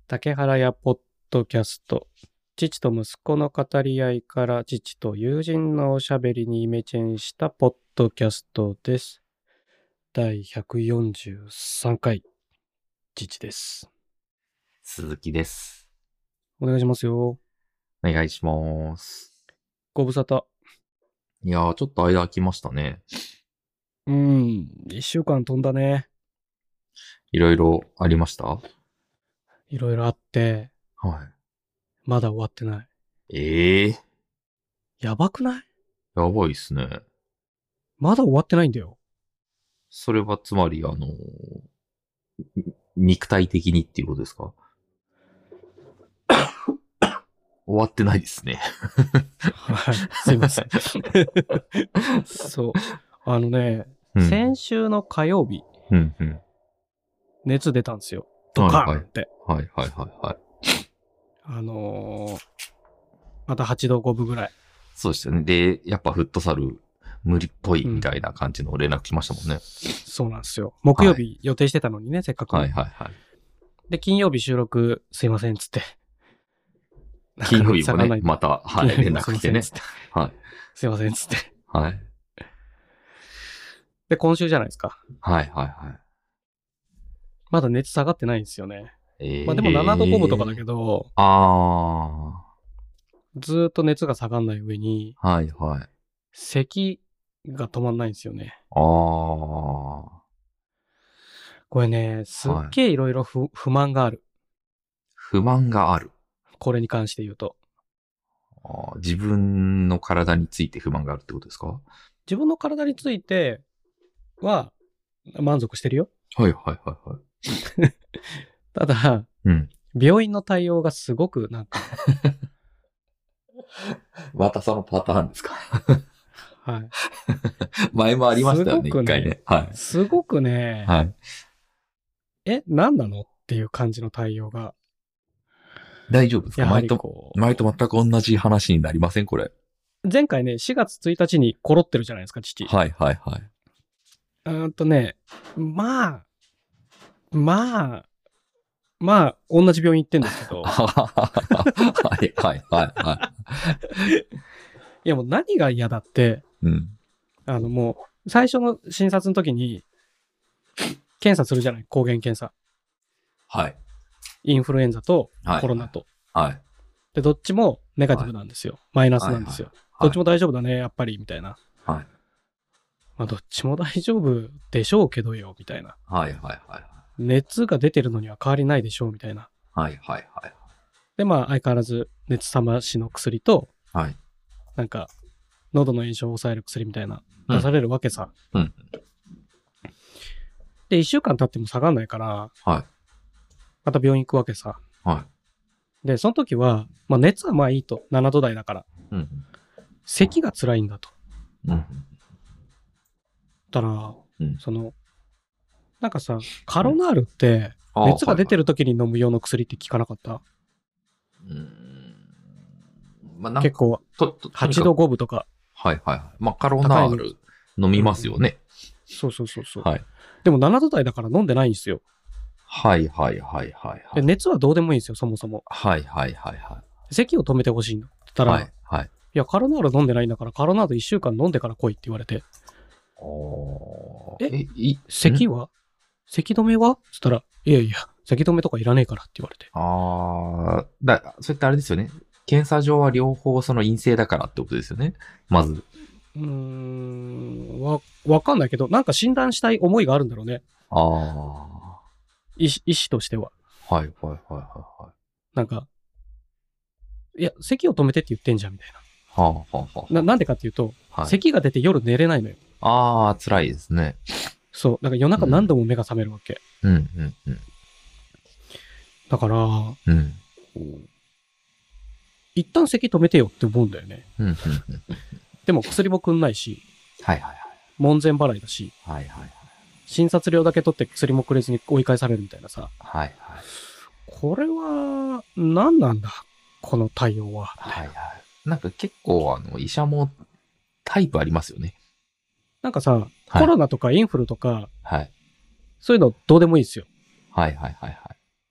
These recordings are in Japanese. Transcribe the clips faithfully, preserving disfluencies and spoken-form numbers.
竹原屋ポッドキャスト。父と息子の語り合いから父と友人のおしゃべりにイメチェンしたポッドキャストです。だいひゃくよんじゅうさんかい、父です。 鈴木です。 お願いしますよ。 お願いします。 ご無沙汰。 いやー、ちょっと間空きましたね。 うーん、一週間飛んだね。 いろいろありました？はいろいろあって、 い。 まだ終わってない。 ええー、 やばくない？ やばいっすね。 まだ終わってないんだよ。 それはつまり、あのー、肉体的にっていうことですか？終わってないですね。 はい、すいません。そう。あのね、 うん、 先週の火曜日、 うんうん、 熱出たんですよ。ドカーンって。 はいはいはいはい。 あのー、またはちどごぶぐらい。 そうですよね。で、やっぱフットサル無理っぽいみたいな感じの連絡来ましたもんね。 うん、そうなんですよ。木曜日予定してたのにね、はい、せっかく。 はいはいはい。 で、金曜日収録すいませんっつって。 金曜日もね、また、はい、連絡来てね。はい。 すいませんっつって。 はい。 で、今週じゃないですか。 はいはいはい。 まだ熱下がってないんですよね。 えー、 まあでもななどごぶとかだけど、 あーずーっと熱が下がんない上に、 はいはい。 咳が止まんないんですよね。 ああ。 これね、すっげえいろいろ不満がある。 不満がある。 これに関して言うと。 あ、自分の体について不満があるってことですか？ 自分の体については満足してるよ。 はいはいはいはい。 ただ、うん、病院の対応がすごくなんか。 またそのパターンですか？ はい。 前もありましたよね、一、ね、回ね。はい。 すごくね。 はい。 え、何なのっていう感じの対応が。 大丈夫ですか？前と、前と全く同じ話になりませんこれ。 前回ね、しがつついたちにコロってるじゃないですか、父。 はいはいはい。 うんとね、まあ、まあ、まあ、同じ病院行ってんですけど。 はいはいはいはい。 いやもう何が嫌だって、 うん、あのもう、最初の診察の時に、検査するじゃない、抗原検査。 はい。 インフルエンザとコロナと。 はい。はい、 で、どっちもネガティブなんですよ。はい、マイナスなんですよ。はいはいはい、どっちも大丈夫だね、やっぱり、みたいな。はい。まあ、どっちも大丈夫でしょうけどよ、みたいな。 はいはいはい。 熱が出てるのには変わりないでしょう、みたいな。 はいはいはい。で、 まあ、相変わらず熱冷ましの薬と、はい。なんか、喉の炎症を抑える薬みたいな、出されるわけさ。うん。うん、で、一週間経っても下がんないから、はい。また病院行くわけさ。はい。で、その時は、まあ熱はまあいいと。ななど台だから。うん。咳が辛いんだと。うん。たら、うん、その、なんかさ、カロナールって、熱が出てる時に飲む用の薬って聞かなかった？うん。まあ、なんか結構、はちどごぶとか。 はいはいはい。まあ、カロナール飲みますよね。 うん、そうそうそうそう。はい。でもななど台だから飲んでないんですよ。 はいはいはいはい、はい。 で熱はどうでもいいんですよ、そもそも。 はいはいはいはい。 咳を止めてほしいんだって言ったら、はいはい。いや、カロナール飲んでないんだから、カロナールいっしゅうかん飲んでから来いって言われて。え、えい咳は咳止めはつったら、いやいや、咳止めとかいらねえからって言われて。 ああ、だ、それってあれですよね。検査上は両方その陰性だからってことですよね。まず。 うーん、わ、わかんないけど、なんか診断したい思いがあるんだろうね。ああ。医師、医師としては。はいはいはいはいはい。なんか、いや、咳を止めてって言ってんじゃんみたいな。はあはあはあ。な、なんでかっていうと、はい、咳が出て夜寝れないのよ。 ああ、辛いですね。 そう。だから夜中何度も目が覚めるわけ。うん、うん、うんうん。だから、うん。一旦咳止めてよって思うんだよね。うん、うん、うん。でも薬もくんないし。はいはいはい。門前払いだし。はいはいはい。診察料だけ取って薬もくれずに追い返されるみたいなさ。はいはい。これは、何なんだこの対応は。はいはい。 なんか結構、あの、医者もタイプありますよね。 なんかさ、はい、コロナとかインフルとか、はい。そういうのどうでもいいですよ。はいはいはいはい。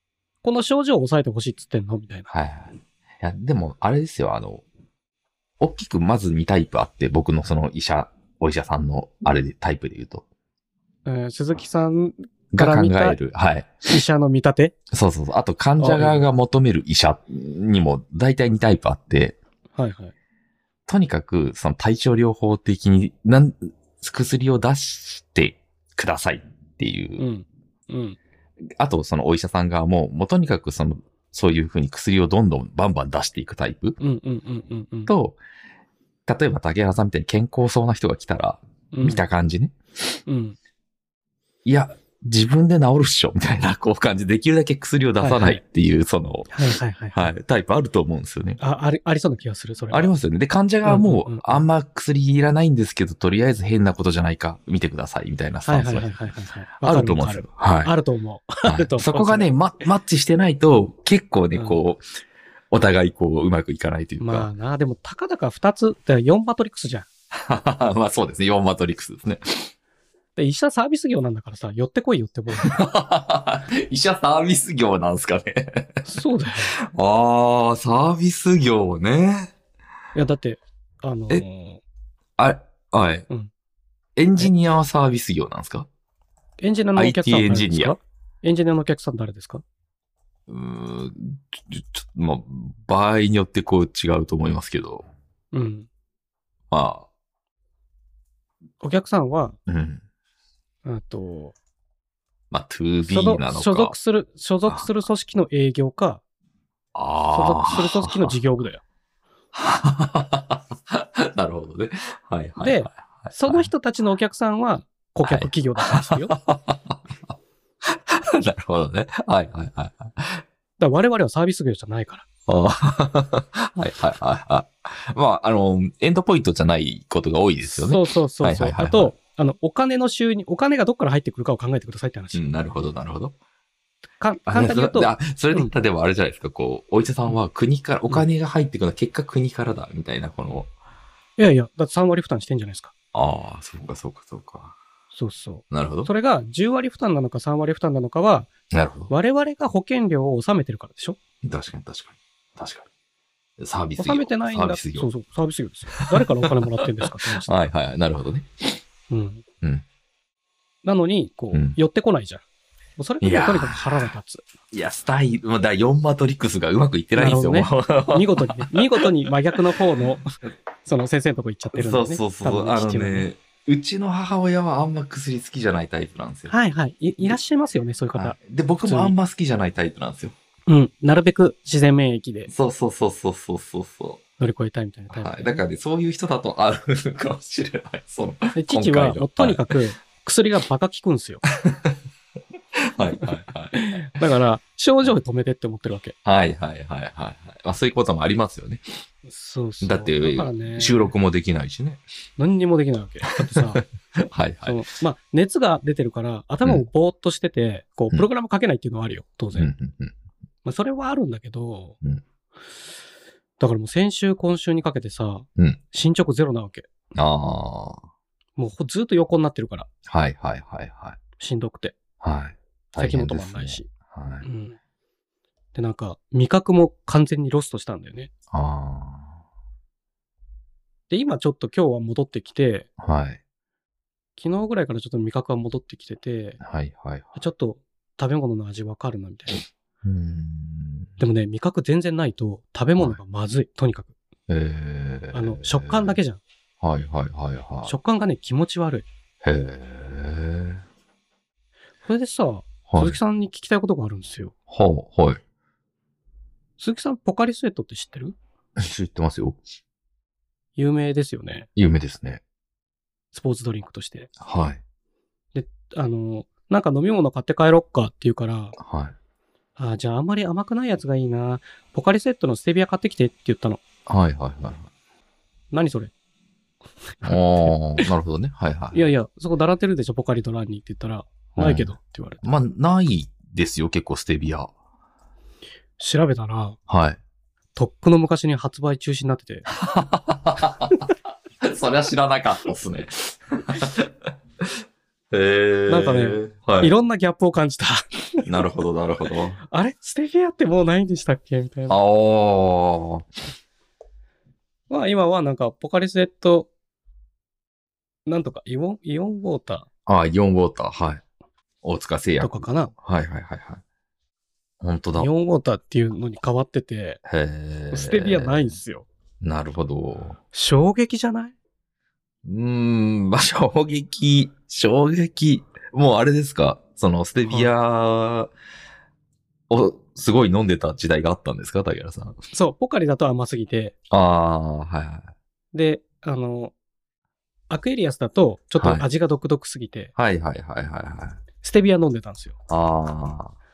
この症状を抑えてほしいっつってんのみたいな。 はいはい。いや、でも、あれですよ、あの、大きくまずにタイプあって、僕のその医者、お医者さんのあれで、タイプで言うと。 えー、鈴木さんが考える。はい。 医者の見立てそうそうそう。あと患者側が求める医者にも大体にタイプあって。 はいはい。 とにかく、その体調療法的に、なん、薬を出してくださいっていう。うん。うん。あと、そのお医者さん側も、もうとにかくその、そういうふうに薬をどんどんバンバン出していくタイプ。うんうんうんうんうん。と、例えば竹原さんみたいに健康そうな人が来たら、うん、見た感じね。うん。いや、自分で治るっしょみたいな、こう感じで、できるだけ薬を出さないっていう、はいはい、その、はいはいはい、はい、タイプあると思うんですよね。 あ、あり、ありそうな気がする、それは。 ありますよね。で、患者側も、うんうんうん、あんま薬いらないんですけど、とりあえず変なことじゃないか、見てください、みたいなスタンスがあると思うんですよ。 はい。あると思う。あると思う。 そこがね、マッチしてないと、結構ね、こう、お互いこう、うまくいかないというか。 まあな、でも、たかだか二つ、よんマトリックスじゃん。 まあそうですね、よんマトリックスですね。 で、医者サービス業なんだからさ、寄ってこいよって思う。 医者サービス業なんすかね。 そうだよ。 ああ、サービス業ね。 いや、だって、あのー、え、 あ、はい、うん。エンジニアはサービス業なんですか？ エンジニアのお客さん誰ですか？ アイティー エンジニア。エンジニアのお客さん誰ですか？ うーん、ちょ、ちょ、まあ、場合によってこう違うと思いますけど。うん。まあ。 お客さんは、 うん。 あと、 まあ、ツービー なのか。 所属する、所属する組織の営業か、所属する組織の事業部だよ。 なるほどね。はいはい、はい。 で、その人たちのお客さんは顧客企業だったりするよ。 はい、なるほどね。はいはいはい。だから我々はサービス業じゃないから。 はいはいはいはい。まあ、あの、エンドポイントじゃないことが多いですよね。 そうそうそう。はいはいはいはい、あと、あの、お金の収入、お金がどっから入ってくるかを考えてくださいって話。 うん、なるほど、なるほど。 か、簡単に言うと。 あ、それで、例えばあれじゃないですか、こう、お医者さんは国から、お金が入ってくるのは結果国からだ、みたいな、この。 いやいや、だってさん割負担してんじゃないですか。 ああ、そうかそうかそうか。 そうそう。 なるほど。 それがじゅう割負担なのかさん割負担なのかは、 なるほど。 我々が保険料を納めてるからでしょ？ 確かに確かに。確かに。サービス業。 納めてないんだ。サービス業。そうそう、サービス業ですよ。誰からお金もらってんですかって話。 はいはい、なるほどね。 うん。うん。なのに、こう、うん、寄ってこないじゃん。もうそれがとにかく腹が立つ。 いや、スタイル、だよんマトリックスがうまくいってないんですよ、 ね、見事にね。見事に真逆の方の、その先生のとこ行っちゃってるんでね。 そうそうそう。あのね、うちの母親はあんま薬好きじゃないタイプなんですよ。 はいはい。い, いらっしゃいますよね、そういう方、はい。 で、僕もあんま好きじゃないタイプなんですよ。 うん。なるべく自然免疫で。 そうそうそうそうそうそうそう。 乗り越えたいみたいなタイプ、ね。 はい。だからね、そういう人だとあるかもしれない。その。 父は、もうとにかく薬がバカ効くんですよ。 はいはいはい。 だから、症状で止めてって思ってるわけ。 はいはいはいはい、はい。まあそういうこともありますよね。 そうそう。 だって、ね、収録もできないしね。 何にもできないわけ。だってさ、 はいはい。 まあ、熱が出てるから、頭もぼーっとしてて、うん、こう、プログラム書けないっていうのはあるよ、当然。うんうんうん、まあ、それはあるんだけど、うん、だからもう先週、今週にかけてさ、うん、進捗ゼロなわけ。ああ。もうずっと横になってるから。 はいはいはいはい。 しんどくて。 はい。 先も止まんないし。はい。うん。で、なんか、味覚も完全にロストしたんだよね。ああ。で、今ちょっと今日は戻ってきて、はい。昨日ぐらいからちょっと味覚が戻ってきてて、はいはい、はい。ちょっと食べ物の味わかるなみたいな。うん。でもね、味覚全然ないと食べ物がまずい、はい、とにかく。ええー。あの、食感だけじゃん。はいはいはいはい。食感がね、気持ち悪い。へえ。それでさ、はい、鈴木さんに聞きたいことがあるんですよ。はあ、はい。鈴木さん、ポカリスエットって知ってる？ 知ってますよ。 有名ですよね。 有名ですね。 スポーツドリンクとして。 はい。 で、あの、なんか飲み物買って帰ろっかって言うから、はい。あ、じゃああんまり甘くないやつがいいな。ポカリスエットのステビア買ってきてって言ったの。 はいはいはい。 何それ？ ああ、なるほどね。はいはい。 いやいや、そこだらってるでしょ、ポカリとランにって言ったら、ないけどって言われて。 まあ、ないですよ、結構ステビア。 調べたら、 はい。 とっくの昔に発売中止になってて。 そりゃ知らなかったっすね。へー。 なんかね、はい、いろんなギャップを感じた。 なるほど、なるほど。 あれステビアってもうないんでしたっけみたいな。 ああ。 まあ今はなんかポカリスエット、なんとかイオン、イオンウォーター。 ああ、イオンウォーター、はい。大塚製薬。 とかかな。 はいはいはいはい。本当だ。 イオンウォーターっていうのに変わってて、 へーステビアないんですよ。 なるほど。 衝撃じゃないうーん、まあ、衝撃、衝撃。もうあれですか、そのステビアをすごい飲んでた時代があったんですか、竹原さん。 そう、ポカリだと甘すぎて。 ああ、はいはい。 で、あの、アクエリアスだとちょっと味が独特すぎて。 はいはいはいはいはい。 ステビア飲んでたんですよ。 ああ。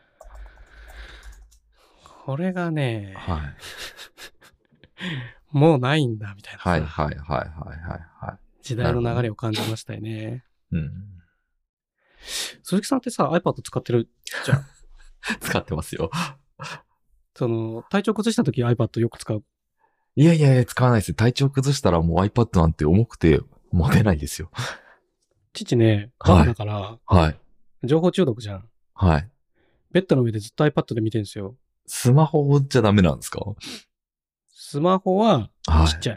これがね、 はい。 もうないんだみたいな。 はいはいはいはいはいはい。 時代の流れを感じましたよね。 うん。 鈴木さんってさ、iPad 使ってるじゃん。 使ってますよ。 その、体調崩した時 iPad よく使う。 いやいやいや、使わないです。体調崩したらもう iPad なんて重くて持てないですよ。 父ね、バカだから、 はい。 情報中毒じゃん。 はい。 ベッドの上でずっと iPad で見てるんですよ。 スマホじゃダメなんですか？ スマホはちっちゃい。 はい、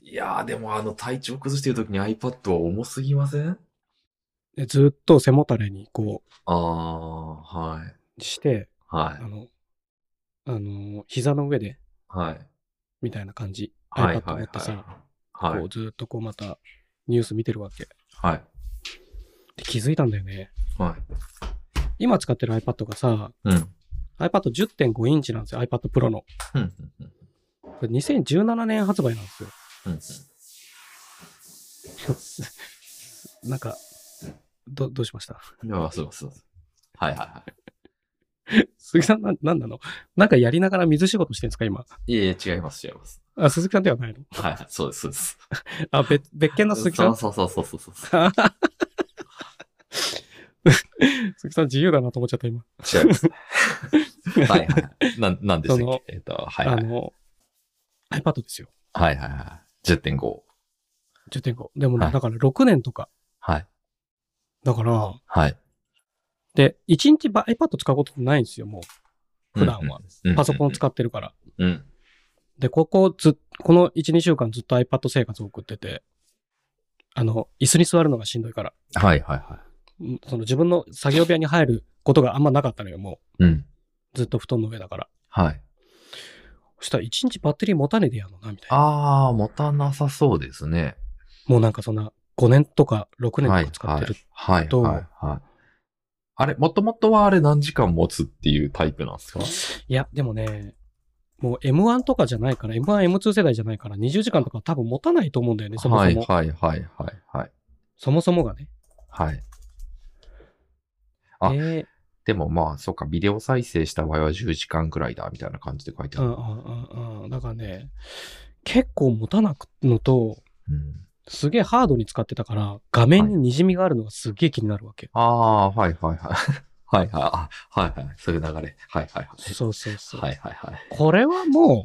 いやーでもあの体調崩してる時に iPad は重すぎません？ でずっと背もたれにこう。 ああ、はい。 して、 はい。 あの、あの、膝の上で、 はい。 みたいな感じ。 はい、 iPad 持ってさ、 はい、 こうずっとこうまたニュース見てるわけ。 はい。 で気づいたんだよね。 はい。 今使ってる iPad がさ、 うん。 iPad じゅってんご インチなんですよ。iPad Pro の。 うん。 これにせんじゅうななねん発売なんですよ。うん。なんか、ど、どうしました？ いや、そうそう。はいはいはい。 鈴木さんな、なんなの？なんかやりながら水仕事してるんですか今。 いえいえ、違います、違います。 あ、鈴木さんではないの？ はい、そうです、そうです。 あ、別、別件の鈴木さん？ そうそうそうそうそう。 鈴木さん自由だなと思っちゃった今。 違います。はいはい。な、なんでしたっけ？えっと、はいはい。 あの、iPad ですよ。 はいはいはい。じゅってんご。 じゅってんご。でもね、はい、だからろくねんとか。 はい。 だから、 はい。 で、いちにち iPad 使うことないんですよ、もう。普段は。うんうん、パソコン使ってるから。 うん。 で、ここず、このいち、にしゅうかんずっと iPad 生活を送ってて、あの、椅子に座るのがしんどいから。 はいはいはい。 その自分の作業部屋に入ることがあんまなかったのよ、もう。うん。 ずっと布団の上だから。 はい。 そしたらいちにちバッテリー持たねえでやるのな、みたいな。 ああ、持たなさそうですね。 もうなんかそんなごねんとかろくねんとか使ってると。 はいはいはい、はい。あれ、もともとはあれ何時間持つっていうタイプなんですか？ いや、でもね、もう エムワン とかじゃないから、エムワン、エムツー 世代じゃないからにじゅうじかんとか多分持たないと思うんだよね、そもそも。 はいはいはいはいはい。 そもそもがね。 はい。あ、えー、でもまあ、そうか、ビデオ再生した場合はじゅうじかんくらいだ、みたいな感じで書いてある。 うんうんうんうん。だからね、結構持たなくのと、うん、すげえハードに使ってたから、画面に滲みがあるのがすげえ気になるわけ。 はい、ああ、はいはいはい。はいはい。あ、はいはい。そういう流れ。はいはいはい。 そうそうそう。 はいはいはい。 これはも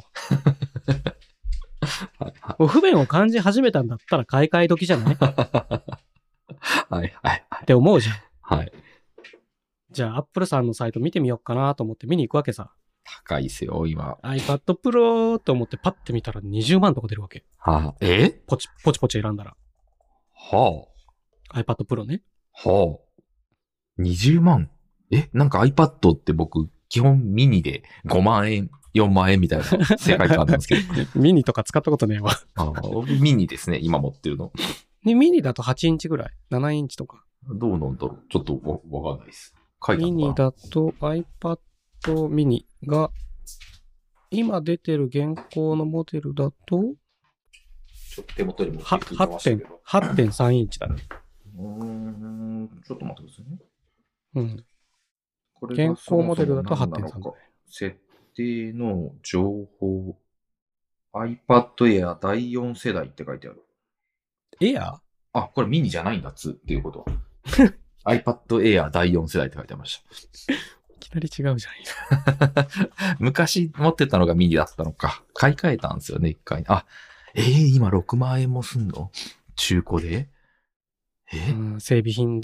う、はいはい、不便を感じ始めたんだったら買い替え時じゃない？ はいはいはい。 って思うじゃん。 はい。 じゃあ、アップルさんのサイト見てみようかなと思って見に行くわけさ。 高いっすよ、今。 iPad Pro と思ってパッて見たらにじゅうまんとか出るわけ。 はあ、えポチ、ポチポチ選んだら。 はあ。iPad Pro ね。 はあ。にじゅうまん？えなんか iPad って僕、基本ミニでごまんえん、よんまんえんみたいな世界観なんですけど。 ミニとか使ったことねえわ。 ああ、ミニですね、今持ってるの。 ミニだとはちインチぐらい ?ななインチとか。 どうなんだろうちょっとわ、わかんないです。 ミニだと iPad mini が、今出てる現行のモデルだと、 ちょっと手元にもはちてんさんインチだね。 うーん、ちょっと待ってくださいね。 うん。これ現行モデルだと はちてんさん だね。 設定の情報。iPad Air だいよん世代って書いてある。 Air？ あ、これミニじゃないんだっつっていうことは。iPad Air だいよん世代って書いてありました。 いきなり違うじゃん。 昔持ってたのがミニだったのか。買い替えたんですよね、一回。あ、えー、今ろくまんえんもすんの？中古で？ えー、整備品で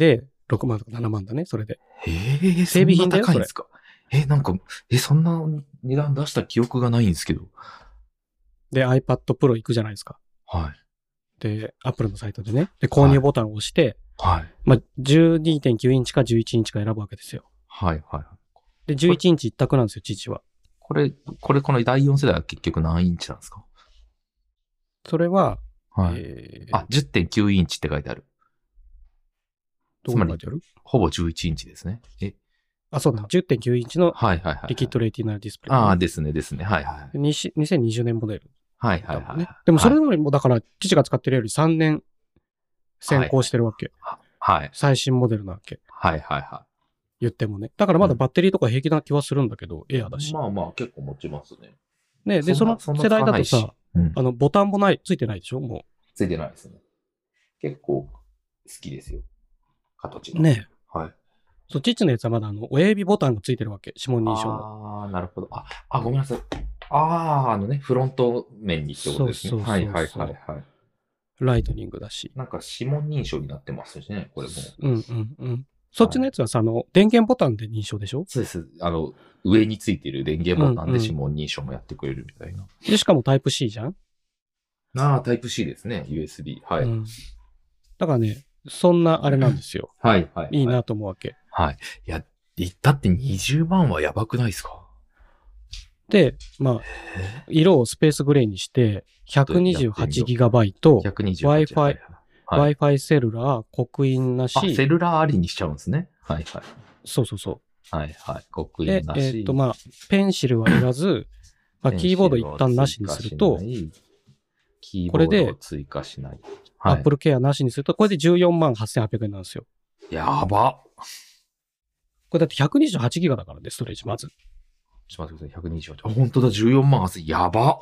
ろくまんとかななまんだね、それで。 へえ、整備品だよ、高いんですか？え、なんか、え、そんな値段出した記憶がないんですけど。 で、iPad Pro 行くじゃないですか。 はい。 で、Apple のサイトでね。で、購入ボタンを押して、 はい。 まあ、じゅうにてんきゅうインチかじゅういちインチか選ぶわけですよ。 はいはい。 で、じゅういちインチ一択なんですよ、父は。 これ、これ、このだいよん世代は結局何インチなんですか？ それは、 はい。えー、あ、じゅってんきゅうインチって書いてある。 どこに書いてある？ ほぼじゅういちインチですね。えあ、そうだ。じゅってんきゅうインチのはいはいはい。 リキッドレーティナルディスプレイ、 ね。ああ、ですねですね。はいはい。 にせんにじゅうねんモデル、ね。 はいはいはい。 でもそれよりも、だから、父が使ってるよりさんねん先行してるわけ。 はい。はい、 最新モデルなわけ。 はいはいはい。 言ってもね。だからまだバッテリーとか平気な気はするんだけど、うん、エアだし。 まあまあ結構持ちますね。 ねで、その世代だとさ、うん、あの、ボタンもない、ついてないでしょもう。 ついてないですね。結構好きですよ。形が。 ねえ。はい。 そう、父のやつはまだあの、親指ボタンがついてるわけ。指紋認証の。ああ、なるほど。あ、あ、ごめんなさい。ああ、あのね、フロント面にってことですね。そうそうそうそう。はいはいはいはい。 ライトニングだし。 なんか指紋認証になってますしね、これも。 うんうんうん。そっちのやつはさ、あの、電源ボタンで認証でしょ？ そうです。あの、上についてる電源ボタンで指紋認証もやってくれるみたいな。うんうん、で、しかもタイプ C じゃん？ ああ、タイプ C ですね。ユーエスビー。はい。うん、 だからね、そんなあれなんですよ。 はい、はい。 いいなと思うわけ。 はい。いや、だってにじゅうまんはやばくないですか？ で、まあ、色をスペースグレーにして、ひゃくにじゅうはちギガバイト、Wi-Fi、Wi-Fi セルラー、刻印なし。 あ、セルラーありにしちゃうんですね。はいはい。 そうそうそう。 はいはい。刻印なし。 で、えっと、まあ、ペンシルはいらず、まあ、キーボード一旦なしにすると、 これで、追加しない。 はい、Apple Care なしにすると、これでじゅうよんまんはっせんはっぴゃくえんなんですよ。 やば。 これだってひゃくにじゅうはちギガだからね、ストレージ、まず。 ちょっと待ってください、ひゃくにじゅうはち。あ、本当だ、じゅうよんまんはっせん。やば。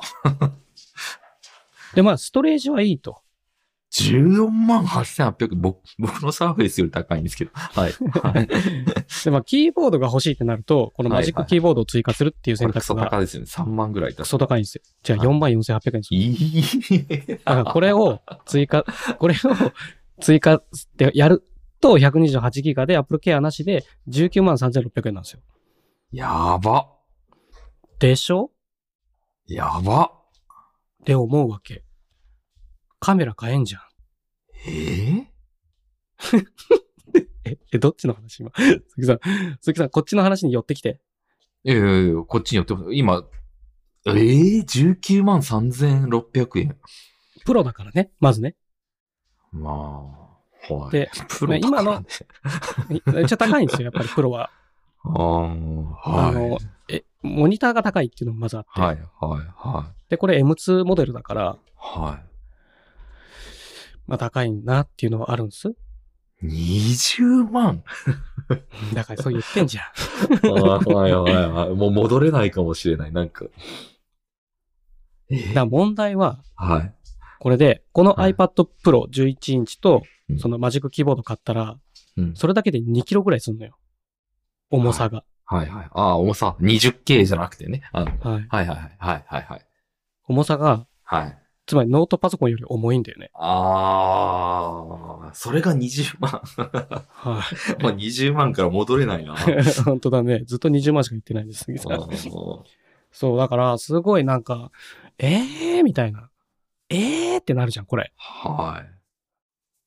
で、まあ、ストレージはいいと。 じゅうよんまんはっせんはっぴゃくえん。僕、僕のサーフェイスより高いんですけど。はい。はい、 で、まあ、キーボードが欲しいってなると、このマジックキーボードを追加するっていう選択が。クソ高いですよね。さんまんぐらいだ。 クソ高いんですよ。じゃあよんまんよんせんはっぴゃくえんですよ。いい。だからこれを追加、これを追加ってやるとひゃくにじゅうはちギガで Apple Care なしでじゅうきゅうまんさんぜんろっぴゃくえんなんですよ。 やば。 でしょ？ やば。 って思うわけ。カメラ買えんじゃん。 えー、え、え、どっちの話今。鈴木さん、鈴木さん、こっちの話に寄ってきて。 いやいやいや、こっちに寄ってます。今、えー、じゅうきゅうまんさんぜんろっぴゃくえん。 プロだからね、まずね。 まあ、はい。 で、プロだからね、今の、めっちゃ高いんですよ、やっぱりプロは。 ああ、はい。 あの、え、モニターが高いっていうのもまずあって。 はい、はい、はい。 で、これ エムツー モデルだから。 はい。 まあ高いなっていうのはあるんです。 にじゅうまんだからそう言ってんじゃん。はいはいはい。もう戻れないかもしれない、なんか。 えー、だから問題は、 はい。 これで、この iPad Pro じゅういちインチと、はい、そのマジックキーボード買ったら、うん、それだけでにキロぐらいすんのよ。重さが。 はい、はい、はい。ああ、重さ。にじゅっケー じゃなくてね。あのはい、はいはいはいはいはいはい。 重さが、 はい。 つまりノートパソコンより重いんだよね。 ああ、それがにじゅうまん。はい。まあにじゅうまんから戻れないな。 本当だね。ずっとにじゅうまんしか言ってないんです。そう、だから、すごいなんか、えーみたいな。えーってなるじゃん、これ。 はい。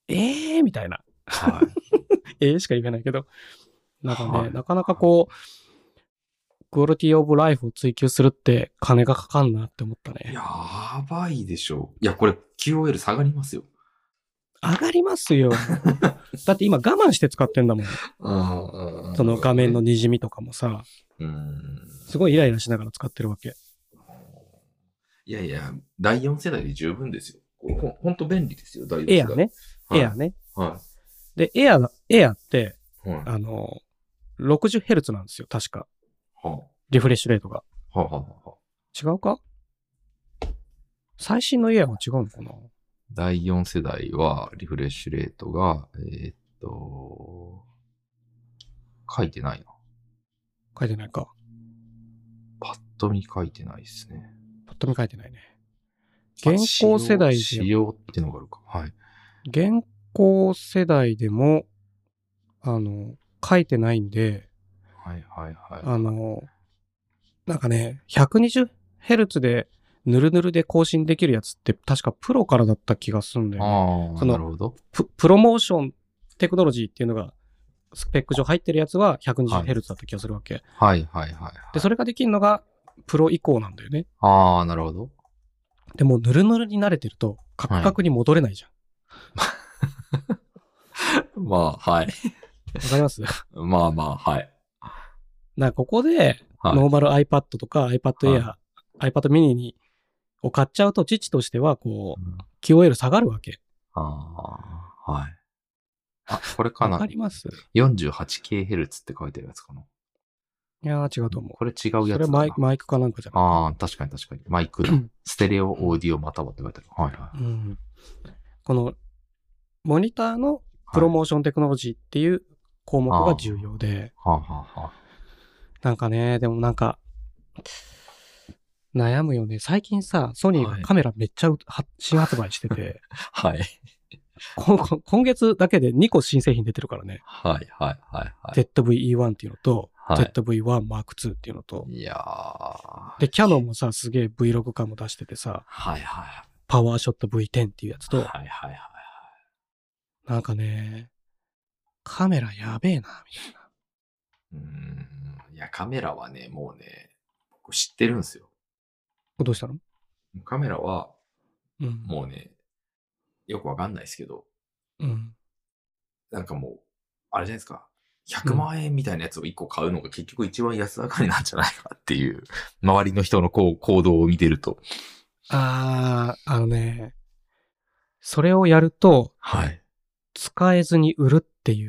えーみたいな。 はい。 えーしか言えないけど。なんかね、はい、なかなかこう、クオリティオブライフを追求するって金がかかんなって思ったね。 やばいでしょ。いや、これ キューオーエル 下がりますよ。 上がりますよ。だって今我慢して使ってんだもん。その画面の滲みとかもさ、うんすごいイライラしながら使ってるわけ。 いやいや、だいよん世代で十分ですよ。ほ, ほんと便利ですよ、だいよん世代。 エアね。 はい、 エアね。 はい。 で、エア、エアって、はい、あの、ろくじゅうヘルツ なんですよ、確か。 はあ、 リフレッシュレートが。 はあはあはあ、 違うか？最新のエアは違うのかな？ だいよん世代はリフレッシュレートが、えー、っと、書いてないな。 書いてないか。 パッと見書いてないですね。 パッと見書いてないね。現行世代で。 仕様ってのがあるか。はい。 現行世代でも、 あの、書いてないんで、 はいはいはい。 あの、なんかね、ひゃくにじゅうヘルツ でヌルヌルで更新できるやつって確かプロからだった気がするんだよね。 ああ、なるほど。 プ、プロモーションテクノロジーっていうのがスペック上入ってるやつは ひゃくにじゅうヘルツ だった気がするわけ。 はいはいはい、はい。 で、それができるのがプロ以降なんだよね。 ああ、なるほど。 でもヌルヌルに慣れてるとカクカクに戻れないじゃん。 はい、まあ、はい。 わかりますまあまあ、はい。 だからここで、ノーマル iPad とか iPad Air、はい、iPad mini にを買っちゃうと、父としては、こう、うん、キューオーエル 下がるわけ。 ああ、はい。あ、これかな。 わかります ? よんじゅうはちケーヘルツ って書いてるやつかな。 いやー違うと思う。 これ違うやつだな。 それマイク、マイクかなんかじゃないか。 ああ、確かに確かに。マイクだ。ステレオオーディオまたはって書いてある。はいはい。 うん、この、モニターのプロモーションテクノロジーっていう項目が重要で。 はあ、はあはあ、 なんかね、でもなんか、悩むよね。最近さ、ソニーがカメラめっちゃ、はい、新発売してて。 はい。 今月だけでにこ新製品出てるからね。 はいはいはいはい。 ゼットブイイーワン っていうのと、はい、ゼットブイワンマークツー っていうのと。 いやー。 で、キャノンもさ、すげえ Vlog 感も出しててさ。 はいはい。 パワーショット ブイテン っていうやつと。 はいはいはいはい。 なんかね、カメラやべえな、みたいな。 うーん。いや、カメラはね、もうね、僕知ってるんですよ。 どうしたの？ カメラは、 うん、 もうね、よくわかんないですけど、 うん、 なんかもう、あれじゃないですか、ひゃくまんえんみたいなやつをいっこ買うのが結局一番安上がりなんじゃないかっていう、周りの人のこう行動を見てると。 あー、あのね、それをやると、 はい。 使えずに売るっていう。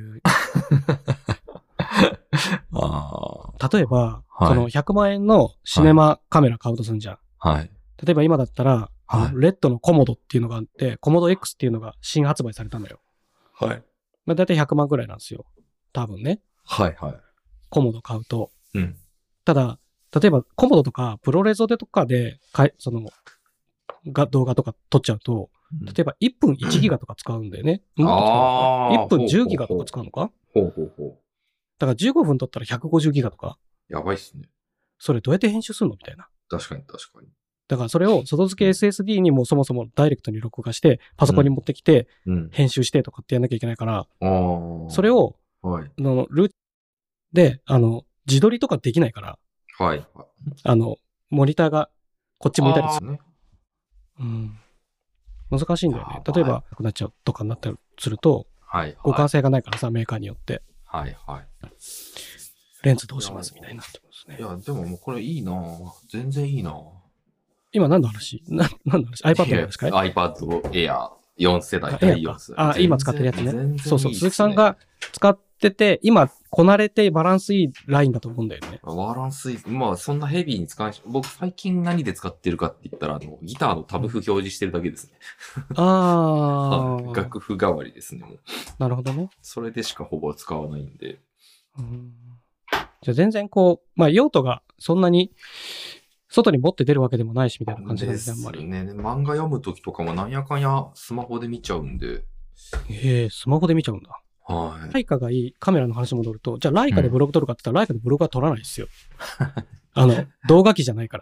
あ例えば、はい、そのひゃくまんえんのシネマカメラ買うとするんじゃん。 はい。 例えば今だったら、はい、レッドのコモドっていうのがあって、コモド X っていうのが新発売されたんだよ。 はい。 まあ、だいたいひゃくまんくらいなんですよ。多分ね。 はいはい。 コモド買うと。 うん。 ただ、例えばコモドとかプロレゾデとかでかい、その、が動画とか撮っちゃうと、例えばいっぷんいちギガとか使うんだよね。 うん、ああいっぷんじゅうギガとか使うのか？ ほうほうほう。 だからじゅうごふん撮ったらひゃくごじゅうギガとか。 やばいっすね。 それどうやって編集するのみたいな。 確かに確かに。 だからそれを外付け エスエスディー にもそもそもダイレクトに録画して、パソコンに持ってきて、編集してとかってやんなきゃいけないから、 うん、 それを、 はい、 のルーで、あの、自撮りとかできないから、 はい。 あの、モニターがこっち向いたりする。ね、うん。難しいんだよね。例えば、なくなっちゃうとかになったりすると、 はいはい、 互換性がないからさ、メーカーによって。 はいはい。 レンズどうしますみたいになってますね。 いや、でももうこれいいな全然いいな今何の話な何の話 ?iPad の話かい ?iPad Air よん世代だいよん世代。 あ、今使ってるやつね。ねそうそう、鈴木さんが使ってて、今、こなれてバランスいいラインだと思うんだよね。 バランスいい。まあ、そんなヘビーに使わないし、僕最近何で使ってるかって言ったら、あの、ギターのタブ譜表示してるだけですね。 ああ。 楽譜代わりですね、もう。 なるほどね。 それでしかほぼ使わないんで。 うんじゃあ全然こう、まあ用途がそんなに外に持って出るわけでもないしみたいな感じなんですね、あんまり。 ね、漫画読むときとかもなんやかんやスマホで見ちゃうんで。 へえ、スマホで見ちゃうんだ。 はい。 ライカがいいカメラの話戻ると、じゃあライカでブログ撮るかって言ったら、うん、ライカでブログは撮らないですよ。あの、動画機じゃないから。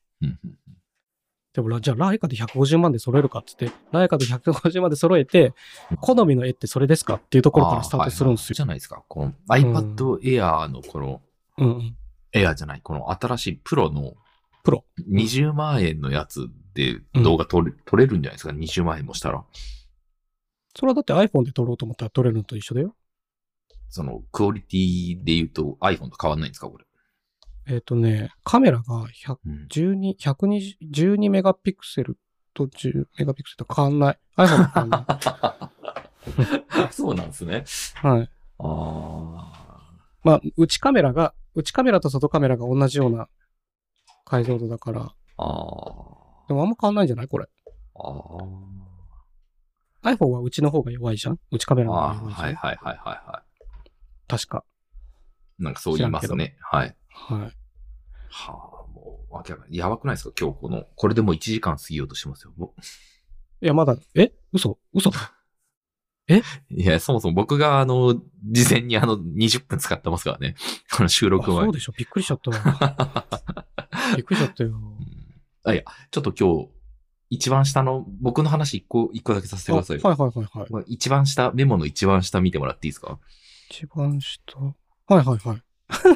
でも、じゃあライカでひゃくごじゅうまんで揃えるかって言って、ライカでひゃくごじゅうまんで揃えて、好みの絵ってそれですかっていうところからスタートするんですよ。はいはい、 じゃないですか。この iPad Air のこの、 うんうん、 エアじゃない、この新しいプロの、 プロ。 にじゅうまんえんのやつで動画撮れ、うん、撮れるんじゃないですか、にじゅうまんえんもしたら。 それはだって iPhone で撮ろうと思ったら撮れるのと一緒だよ。 その、クオリティで言うと iPhone と変わんないんですか、これ。 えっとね、カメラがじゅうに、ひゃくにじゅう、じゅうにメガピクセルとじゅうメガピクセルと変わんない。iPhone と変わんない。そうなんですね。 はい。 ああ。 まあ、内カメラが、内カメラと外カメラが同じような解像度だから。ああ。 でもあんま変わんないんじゃないこれ。 ああ。iPhone は内の方が弱いじゃん内カメラの方が弱いじゃん。 はいはいはいはいはい。 確か。 なんかそう言いますね。はい。 はい。 はあ、もう、わけわかんない。やばくないですか今日この、これでもういちじかん過ぎようとしてますよ。 いや、まだ、え嘘嘘だ。 えいや、そもそも僕があの、事前にあの、にじゅっぷん使ってますからね。この収録前。 そうでしょ、びっくりしちゃったわ。びっくりしちゃったよ。 あ、いや、ちょっと今日、一番下の、僕の話一個、一個だけさせてくださいよ。 はいはいはいはい。 一番下、メモの一番下見てもらっていいですか？ 一番下。はいはいはい。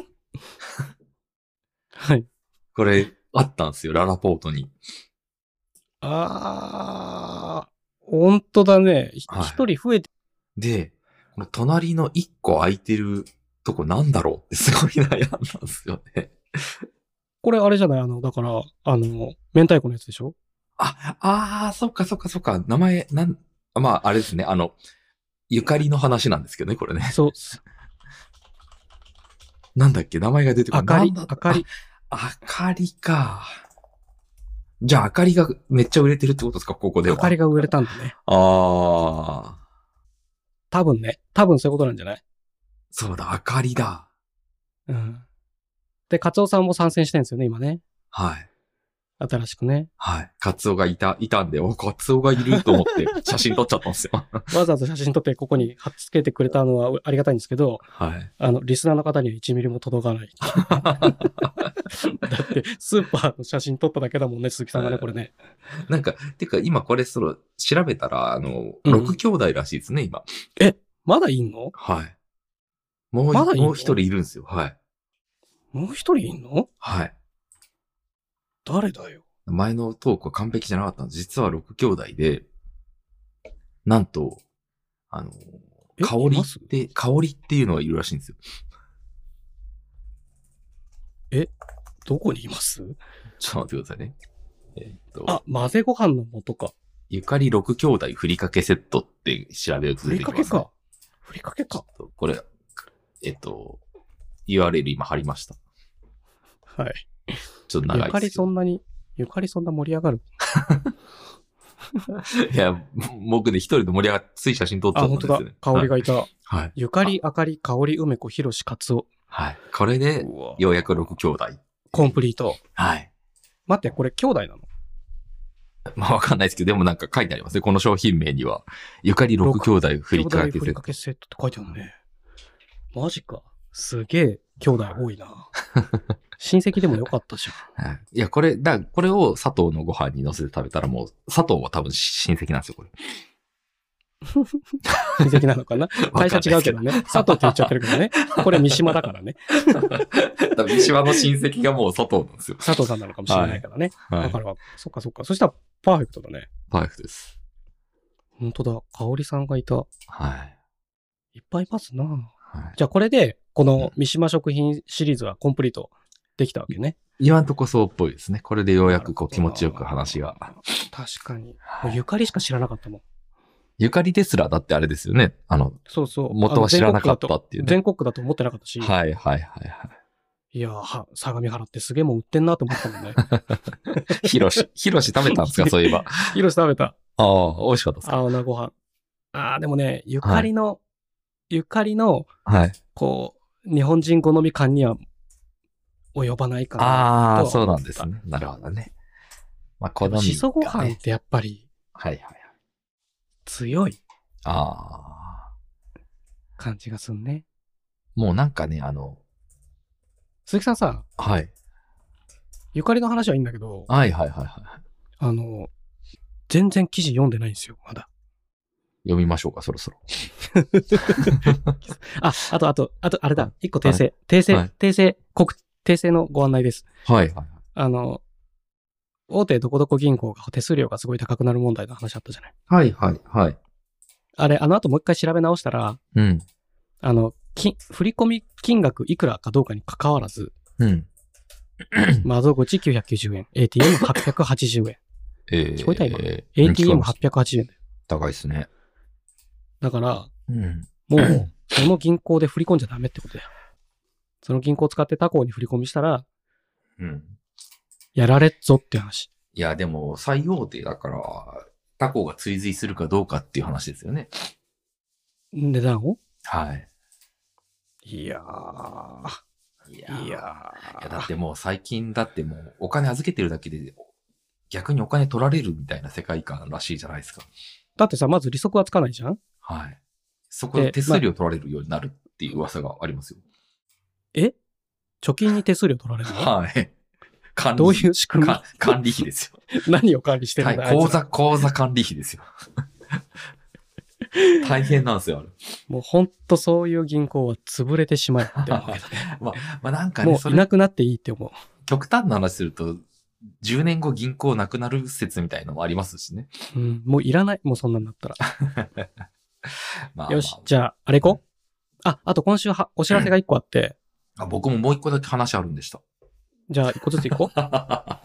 はい。 これ、あったんですよ、ララポートに。 あー。ほんとだね。一、はい、人増えて。 で、この隣の一個空いてるとこなんだろうってすごい悩んだんですよね。 これあれじゃないあの、だから、あの、明太子のやつでしょ？ あ、あー、そっかそっかそっか。名前、なん、まあ、あれですね。あの、ゆかりの話なんですけどね、これね。 そう。 なんだっけ名前が出てこない。 あかり、あかり。 あかりか。じゃあ、あかりがめっちゃ売れてるってことですか、ここでは。 あかりが売れたんだね。 ああ。 多分ね。多分そういうことなんじゃない？ そうだ、あかりだ。 うん。で、カツオさんも参戦してるんですよね、今ね。 はい。 新しくね。 はい。カツオがいた、いたんで、お、カツオがいると思って写真撮っちゃったんですよ。わざわざ写真撮ってここに貼っつけてくれたのはありがたいんですけど、 はい。 あの、リスナーの方にはいちミリも届かない。だって、スーパーの写真撮っただけだもんね、鈴木さんがね、これね。 なんか、てか今これ、その、調べたら、あの、ろく兄弟らしいですね、うん、今。 え、まだいんの？ はい。もう、まだいんの？もう一人いるんですよ、はい。 もう一人いんの？ はい。 誰だよ。 前のトークは完璧じゃなかったんです。実はろく兄弟で、なんと、あの、香りって、香りっていうのがいるらしいんですよ。 え、どこにいます？ ちょっと待ってくださいね。えー、っと。 あ、混ぜご飯の素か。 ゆかりろく兄弟ふりかけセットって調べると出てきます、ね。ふりかけか。 ふりかけか。 これ、えっと、ユーアールエル 今貼りました。 はい。 ちょっと長いですけど。 ゆかりそんなに、ゆかりそんな盛り上がるいや、僕ね、一人で盛り上がって、つい写真撮っちゃったんですよね。 あ、本当だ。香りがいた。 はい。 ゆかり、あかり、香り、梅子、ひろし、かつお。 はい。これで、ようやくろく兄弟。 コンプリート。 はい。 待って、これ兄弟なの？ まあわかんないですけど、でもなんか書いてありますね。この商品名には。ゆかりろく兄弟ふりかけセット。 ふりかけセットって書いてあるね。マジか。すげえ兄弟多いな。親戚でもよかったじゃん。はい。いや、これ、だこれを佐藤のご飯に乗せて食べたらもう、佐藤は多分親戚なんですよ、これ。 親戚なのかな？会社違うけどね。佐藤って言っちゃってるけどね。これ三島だからね。 三島の親戚がもう佐藤なんですよ。 佐藤さんなのかもしれないからね。はい。わかるわ。そっかそっか。そしたらパーフェクトだね。 パーフェクトです。 本当だ。香織さんがいた。 はい。 いっぱいいますな。はい、じゃあこれで、この三島食品シリーズはコンプリートできたわけね。 今んとこそうっぽいですね。これでようやくこう気持ちよく話が。 確かに。もうゆかりしか知らなかったもん。 ゆかりですらだってあれですよね。あの、 そうそう。 元は知らなかったっていう、ね。 全国区だと思ってなかったし。 はいはいはいはい。 いやー、相模原ってすげえもん売ってんなと思ったもんね。 ひろし、ひろし食べたんですか、そういえば。 ひろし食べた。 ああ、美味しかったですか。 青菜ご飯。ああ、でもね、ゆかりの、はい、ゆかりの、 はい。 こう、日本人好み感には及ばないかな。 ああ、そうなんですね。なるほどね。まあ、好み、ね。 しそご飯ってやっぱり、 はいはいはい。 強い。 ああ。 感じがすんね。 もうなんかね、あの、 鈴木さんさ、 はい。 ゆかりの話はいいんだけど、 はいはいはいはい。 あの、全然記事読んでないんですよ、まだ。 読みましょうか、そろそろ。 あ、あと、あと、あと、あれだ、一個訂正。訂正、はい、訂正、国、訂正のご案内です。 はいはい。 あの、大手どこどこ銀行が手数料がすごい高くなる問題の話あったじゃない。 はいはいはい。 あれ、あの後もう一回調べ直したら、 うん。 あの、き、振込金額いくらかどうかに関わらず、 うん。 窓口きゅうひゃくきゅうじゅうえん、エーティーエムはっぴゃくはちじゅうえん。 えー、 聞こえた今、えー、エーティーエムはっぴゃくはちじゅうえんだよ。 高いですね。 だから、 うん、 もう、その銀行で振り込んじゃダメってことだよ。その銀行を使って他行に振り込みしたら、 うん。 やられっぞって話。 いや、でも、最大手だから、他行が追随するかどうかっていう話ですよね。 値段を？ はい。 いやー。 いやー。いやー。だってもう最近だってもうお金預けてるだけで逆にお金取られるみたいな世界観らしいじゃないですか。 だってさ、まず利息はつかないじゃん？ はい。そこで手数料取られるようになるっていう噂がありますよ。 え貯金に手数料取られるの？ はい。管理どういう仕組み？ 管理費ですよ。 何を管理してるんだ？ はい、口座、口座管理費ですよ。大変なんですよ、あれ。 もうほんとそういう銀行は潰れてしまえって思うけどね。 まあ、まあなんかね、 もういなくなっていいって思う。 極端な話すると、じゅうねんご銀行なくなる説みたいのもありますしね。 うん、もういらない。もうそんなんだったら。 まあ、 よし、じゃあ、あれ行こう。あ、あと今週はお知らせが一個あって、 うん。あ、僕ももう一個だけ話あるんでした。 じゃあ一個ずつ行こう。 はい。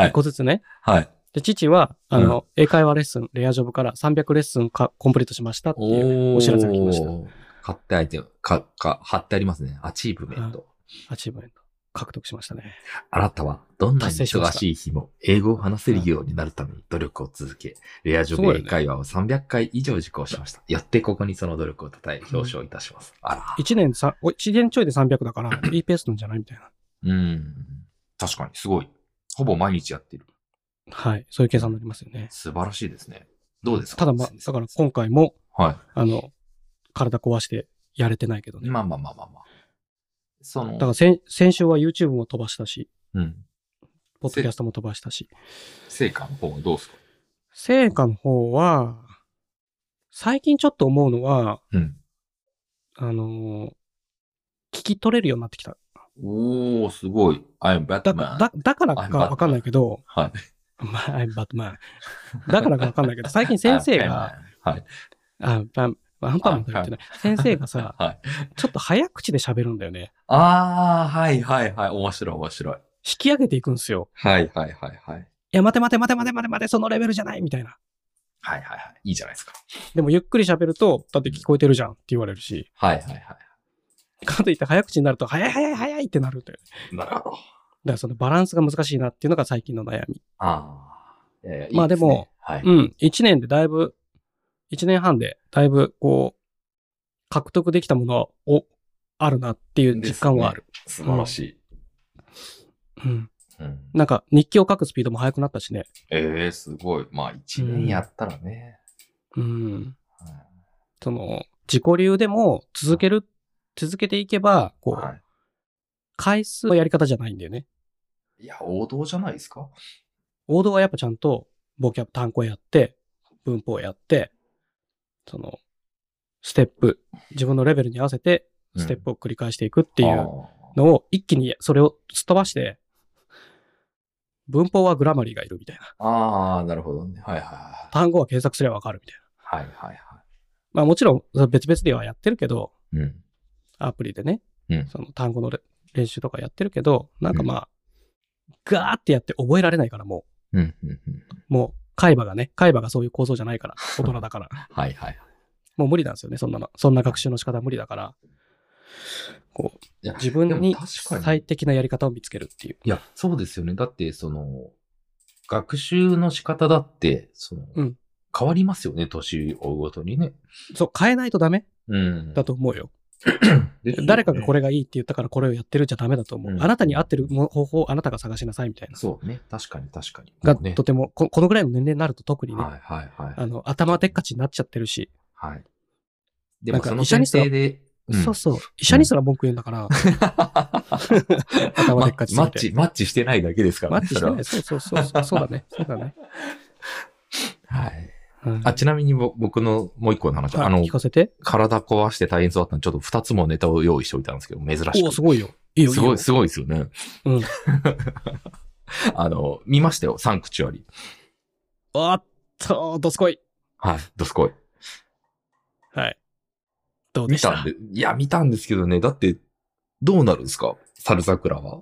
一個ずつね。 はい。 で、父は、あの、うん、英会話レッスン、レアジョブからさんびゃくレッスンかコンプリートしましたっていうお知らせが来ました。 買ってあいて、か、か、貼ってありますね。アチーブメント。 アチーブメント。獲得しましたね。 あなたはどんなに忙しい日も英語を話せるようになるために努力を続け、レアジョブ英会話をさんびゃっかい以上受講しました。よってここにその努力をたたえ表彰いたします。うん、あら。 いちねんさ、いちねんちょいでさんびゃくだから、いいペースなんじゃないみたいな。 うん。確かに、すごい。ほぼ毎日やってる。 はい。そういう計算になりますよね。 素晴らしいですね。どうですか？ ただまあ、だから今回も、 はい。 あの、体壊してやれてないけどね。 まあまあまあまあまあ。その。 だから先、先週は YouTube も飛ばしたし、 うん。 ポッドキャストも飛ばしたし。 成果の方はどうですか？ 成果の方は、最近ちょっと思うのは、 うん。 あの、聞き取れるようになってきた。 おー、すごい。I'm Batman。 だ、だ、だからかわかんないけど、 はい。 まあ、I'm Batman。だからかわかんないけど、最近先生が、 はい。 あ、バン、アンパンマンと言ってない。先生がさ、はい、ちょっと早口で喋るんだよね。 ああ、はいはいはい。面白い面白い。引き上げていくんですよ。 はいはいはいはい。いや、待て待て待て待て待て待て、そのレベルじゃないみたいな。 はいはいはい。いいじゃないですか。 でもゆっくり喋ると、だって聞こえてるじゃんって言われるし。 はいはいはい。 かといって早口になると、早い早い早いってなるんだよね。なるほど。 だからそのバランスが難しいなっていうのが最近の悩み。 ああ。いやいやいいですね。 まあでも、はい、うん、いちねんでだいぶ、いちねんはんでだいぶこう、獲得できたものをあるなっていう実感はある。 ね、素晴らしい、 うん。うん。うん。なんか日記を書くスピードも速くなったしね。 ええー、すごい。まあいちねんやったらね。 うん。うん、その、自己流でも続ける、続けていけば、こう、はい、回数のやり方じゃないんだよね。 いや、王道じゃないですか。 王道はやっぱちゃんと、ボキャブ単語やって、文法やって、その、ステップ、自分のレベルに合わせて、ステップを繰り返していくっていうのを、一気にそれをすっ飛ばして、文法はグラマリーがいるみたいな。 ああ、なるほどね。はいはいはい。 単語は検索すればわかるみたいな。はいはいはい。 まあもちろん別々ではやってるけど、 うん、 アプリでね、 うん、 その単語の練習とかやってるけど、なんかまあ、うん、ガーってやって覚えられないからもう、うんうんうん、 もう海馬がね、海馬がそういう構造じゃないから、大人だから。 はいはい。 もう無理なんですよね、そんなの。そんな学習の仕方は無理だから。こう、自分に最適なやり方を見つけるっていう。 いや、そうですよね。だって、その、学習の仕方だって、その、うん、変わりますよね、年を追うごとにね。 そう、変えないとダメ、 うん、 だと思うよ。ね、誰かがこれがいいって言ったからこれをやってるじゃダメだと思う。うん、あなたに合ってる方法をあなたが探しなさいみたいな。 そうね。確かに確かに。 が、ね、とてもこ、このぐらいの年齢になると特にね。 はいはいはい。 あの、頭でっかちになっちゃってるし。 はい。でもその先生で、 うん、そうそう。医者にすら文句言うんだから。頭でっかちすぎて。 マッチ、マッチしてないだけですからね。マッチしてない。そうそうそうそう。そうだね。そうだね。 はい。うん、あ、ちなみに僕のもう一個の話。 あの、聞かせて。 体壊して大変そうだったので、ちょっと二つもネタを用意しておいたんですけど、珍しく。 お、すごいよ。いいよ、 すごい、すごいですよね。 うん。 あの、見ましたよ、サンクチュアリ。 おっと、どすこい。 はい、どすこい。 はい。どうでした？ 見たんで、いや、見たんですけどね、だって、どうなるんですか？猿桜は。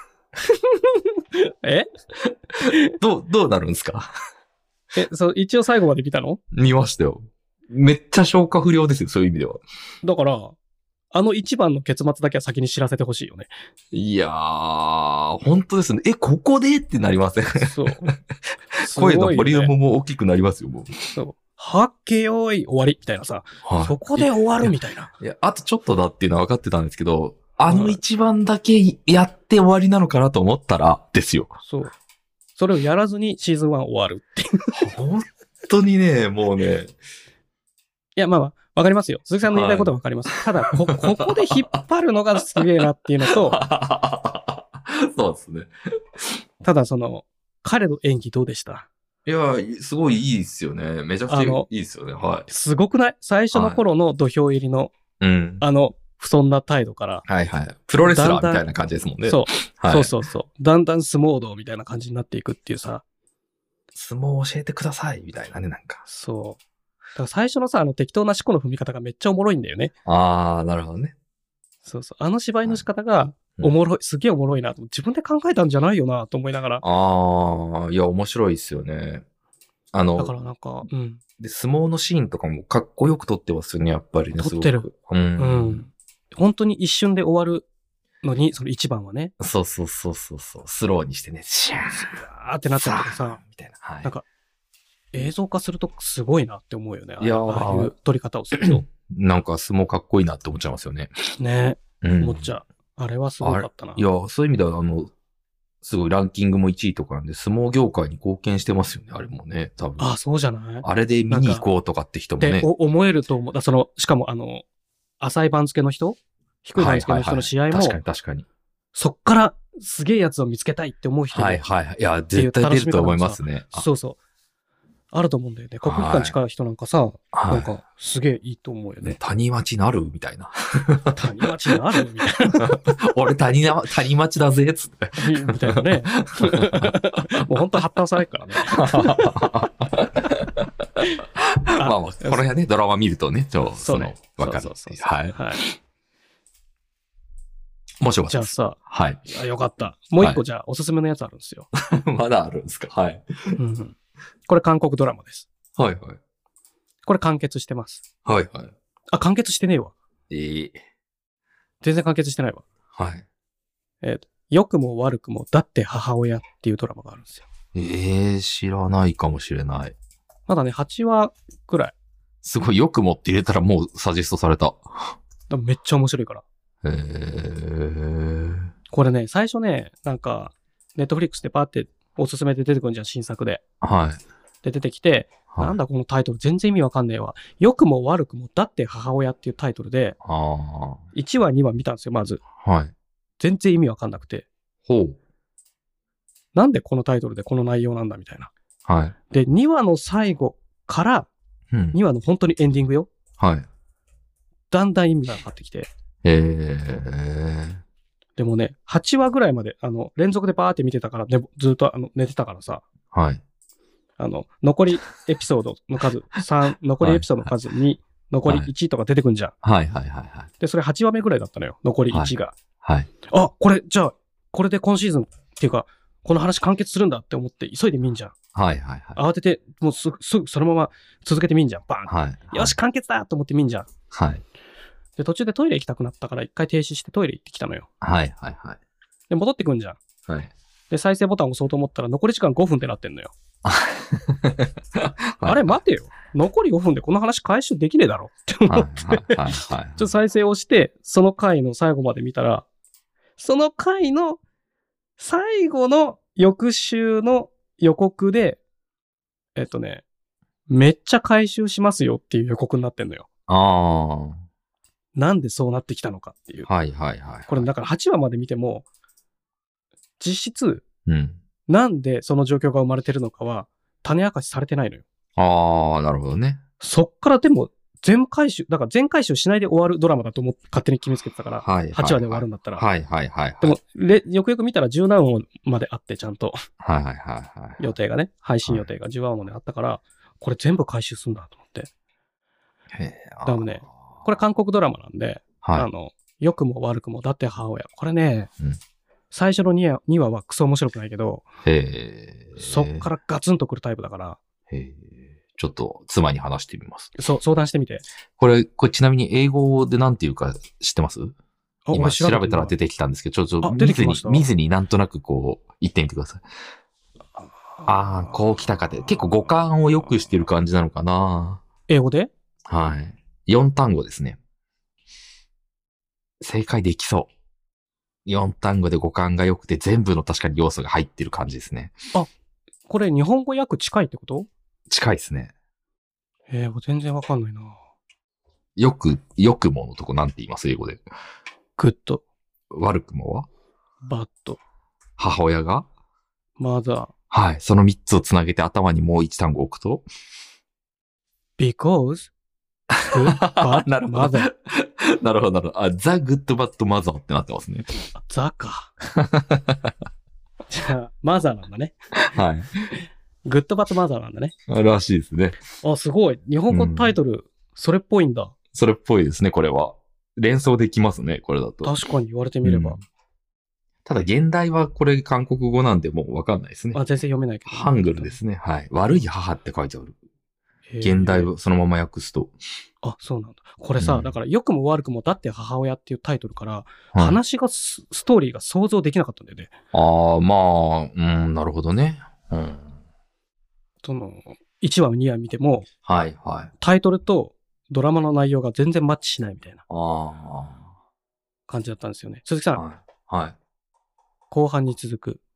えどう、どうなるんですか？ え、そう、一応最後まで見たの？ 見ましたよ。めっちゃ消化不良ですよ、そういう意味では。 だから、あの一番の結末だけは先に知らせてほしいよね。 いやー、本当ですね。え、ここでってなりません？ そう。 声のボリュームも大きくなりますよ、もう。 そう。はっけよーい、終わり、みたいなさ。はい、そこで終わるみたいな。 いや、あとちょっとだっていうのは分かってたんですけど、あの一番だけやって終わりなのかなと思ったら、ですよ。 そう。それをやらずにシーズンワン終わるっていう。 本当にね、もうね、 いや、まあまあ、わかりますよ。鈴木さんの言いたいことはわかります。はい、ただこ、ここで引っ張るのがすげえなっていうのと、 そうですね。 ただ、その、彼の演技どうでした？ いや、すごいいいですよね。めちゃくちゃいいですよね。はい。 すごくない？最初の頃の土俵入りの、はい、あの、不遜な態度から。 はいはい。プロレスラーみたいな感じですもんね。 そう。はい、そうそうそう。だんだん相撲道みたいな感じになっていくっていうさ。 相撲を教えてくださいみたいなね、なんか。 そう。だから最初のさ、あの適当な四股の踏み方がめっちゃおもろいんだよね。 あー、なるほどね。 そうそう。あの芝居の仕方が、おもろい、うん、すげえおもろいなと。自分で考えたんじゃないよなと思いながら。 ああ、いや、面白いっすよね。あの、 だからなんか、うん。 で、相撲のシーンとかもかっこよく撮ってますよね、やっぱりね。 撮ってる。うん。うん。本当に一瞬で終わるのに、その一番はね。 そうそうそうそうそう。スローにしてね、シャーってなったりとかさ、 みたいな。はい。 なんか、映像化するとすごいなって思うよね。いやー、ああいう撮り方をすると。 なんか相撲かっこいいなって思っちゃいますよね。 ね。うん、思っちゃう。あれはすごかったな。 いや、そういう意味では、あの、すごいランキングもいちいとかなんで、相撲業界に貢献してますよね、あれもね、多分。 ああ、そうじゃない？ あれで見に行こうとかって人もね。 で、思えると思う。その、しかもあの、浅い番付の人？低い番付の人の試合も、 はいはいはい、確かに確かに。 そっからすげえやつを見つけたいって思う人も。 はいはい。いや、絶対出ると思いますね。 そうそう。あると思うんだよね。国技館近い人なんかさ、はい、なんかすげえいいと思うよね。 谷町なるみたいな。 谷町なるみたいな。 俺谷な、谷町だぜつって。 みたいなね。もう本当発達されるからね。 まあ、この辺ね、ドラマ見るとね、ちょ、その、わかる。はい。はい。面白かったです。 じゃあさ、 はい。 あ、よかった。もう一個じゃあ、おすすめのやつあるんですよ。 まだあるんですか？はい。 うんうん、これ韓国ドラマです。 はいはい。 これ完結してます。 はいはい。 あ、完結してねえわ。 ええー。 全然完結してないわ。 はい。 えー、良くも悪くも、だって母親っていうドラマがあるんですよ。 ええー、知らないかもしれない。 まだね、はちわくらい。 すごい、良くもって入れたらもうサジェストされた。 めっちゃ面白いから。 へえー。 これね、最初ね、なんか、ネットフリックスでパーっておすすめで出てくるんじゃん、新作で。 はい。 で、出てきて、はい、なんだこのタイトル全然意味わかんねえわ。良くも悪くも、だって母親っていうタイトルで、 あいちわ、にわ見たんですよ、まず。 はい。 全然意味わかんなくて。 ほう。 なんでこのタイトルでこの内容なんだみたいな。 はい。 で、にわの最後から、うん、にわの本当にエンディングよ。 はい。 だんだん意味が分かってきて。 へー。 でもね、はちわぐらいまで、あの、連続でバーって見てたから、ね、ずっとあの寝てたからさ。 はい。 あの、残りエピソードの数さん、残りエピソードの数に、はい、残りいちとか出てくんじゃん。 はいはいはいはい。 で、それはちわめぐらいだったのよ。残りいちが。 はい。はい、 あ、これ、じゃあ、これで今シーズンっていうか、この話完結するんだって思って急いで見んじゃん。 はいはいはい。 慌てて、もうすぐ、すぐそのまま続けて見んじゃん。バーン。 はい、はい。 よし、完結だと思って見んじゃん。 はい。 で、途中でトイレ行きたくなったから一回停止してトイレ行ってきたのよ。 はいはいはい。 で、戻ってくんじゃん。 はい。 で、再生ボタンを押そうと思ったら残り時間ごふんってなってんのよ。あれ待てよ。残りごふんでこの話回収できねえだろって思って、ちょっと再生をして、その回の最後まで見たら、その回の最後の翌週の予告で、えっとね、めっちゃ回収しますよっていう予告になってんのよ。 ああ。 なんでそうなってきたのかっていう。 はいはいはい、はい。 これだからはちわまで見ても、実質、 うん、 なんでその状況が生まれてるのかは種明かしされてないのよ。 ああ、なるほどね。 そっからでも全回収、だから全回収しないで終わるドラマだと思って勝手に決めつけてたから、はいはいはい、はちわで終わるんだったら。 はいはいはい、はい。 でもれ、よくよく見たらじゅうなんわまであって、ちゃんと。 はいはいはいはい。 予定がね、配信予定がじゅうわまであったから、これ全部回収するんだと思って。 へえ。 だからね、これ韓国ドラマなんで、はい、あの、良くも悪くも、だって母親。これね、うん、最初のにわ、にわはクソ面白くないけど、 へー、 そっからガツンとくるタイプだから、 へー、ちょっと妻に話してみます。 そう、相談してみて。 これ、これちなみに英語でなんていうか知ってます？今調べたら出てきたんですけど、ちょっと見ずに、見ずになんとなくこう、言ってみてください。ああ、こう来たかって。結構語感を良くしてる感じなのかな。 英語で？ はい。よん単語ですね。正解できそう。よん単語で語感が良くて全部の確かに要素が入ってる感じですね。 あ、これ日本語訳近いってこと？ 近いですね。 えー、全然わかんないな。 よく、よくものとこなんて言います英語で。 グッド。 悪くもはバッド。 母親がマザー。 はい。その三つをつなげて頭にもう一単語置くと because good, bad, なるほど。 mother. なるほど、なるほど。あ、the good, bad, mother ってなってますね。 ザか。じゃあ、マザーなんだね。 はい。 グッドバッドマザーなんだね。 らしいですね。 あ、すごい。日本語タイトル、うん、それっぽいんだ。 それっぽいですね、これは。連想できますね、これだと。 確かに言われてみれば。うん、 ただ、現代はこれ韓国語なんでもうわかんないですね。 あ、全然読めないけど、ね。 ハングルですね。はい。悪い母って書いてある。現代をそのまま訳すと。 あ、そうなんだ。これさ、うん、だから良くも悪くもだって母親っていうタイトルから、はい、話がス、ストーリーが想像できなかったんだよね。 ああ、まあ、うん、なるほどね。うん。 その、いちわ、にわ見ても、 はいはい。 タイトルとドラマの内容が全然マッチしないみたいな感じだったんですよね。鈴木さん。 はい。はい、 後半に続く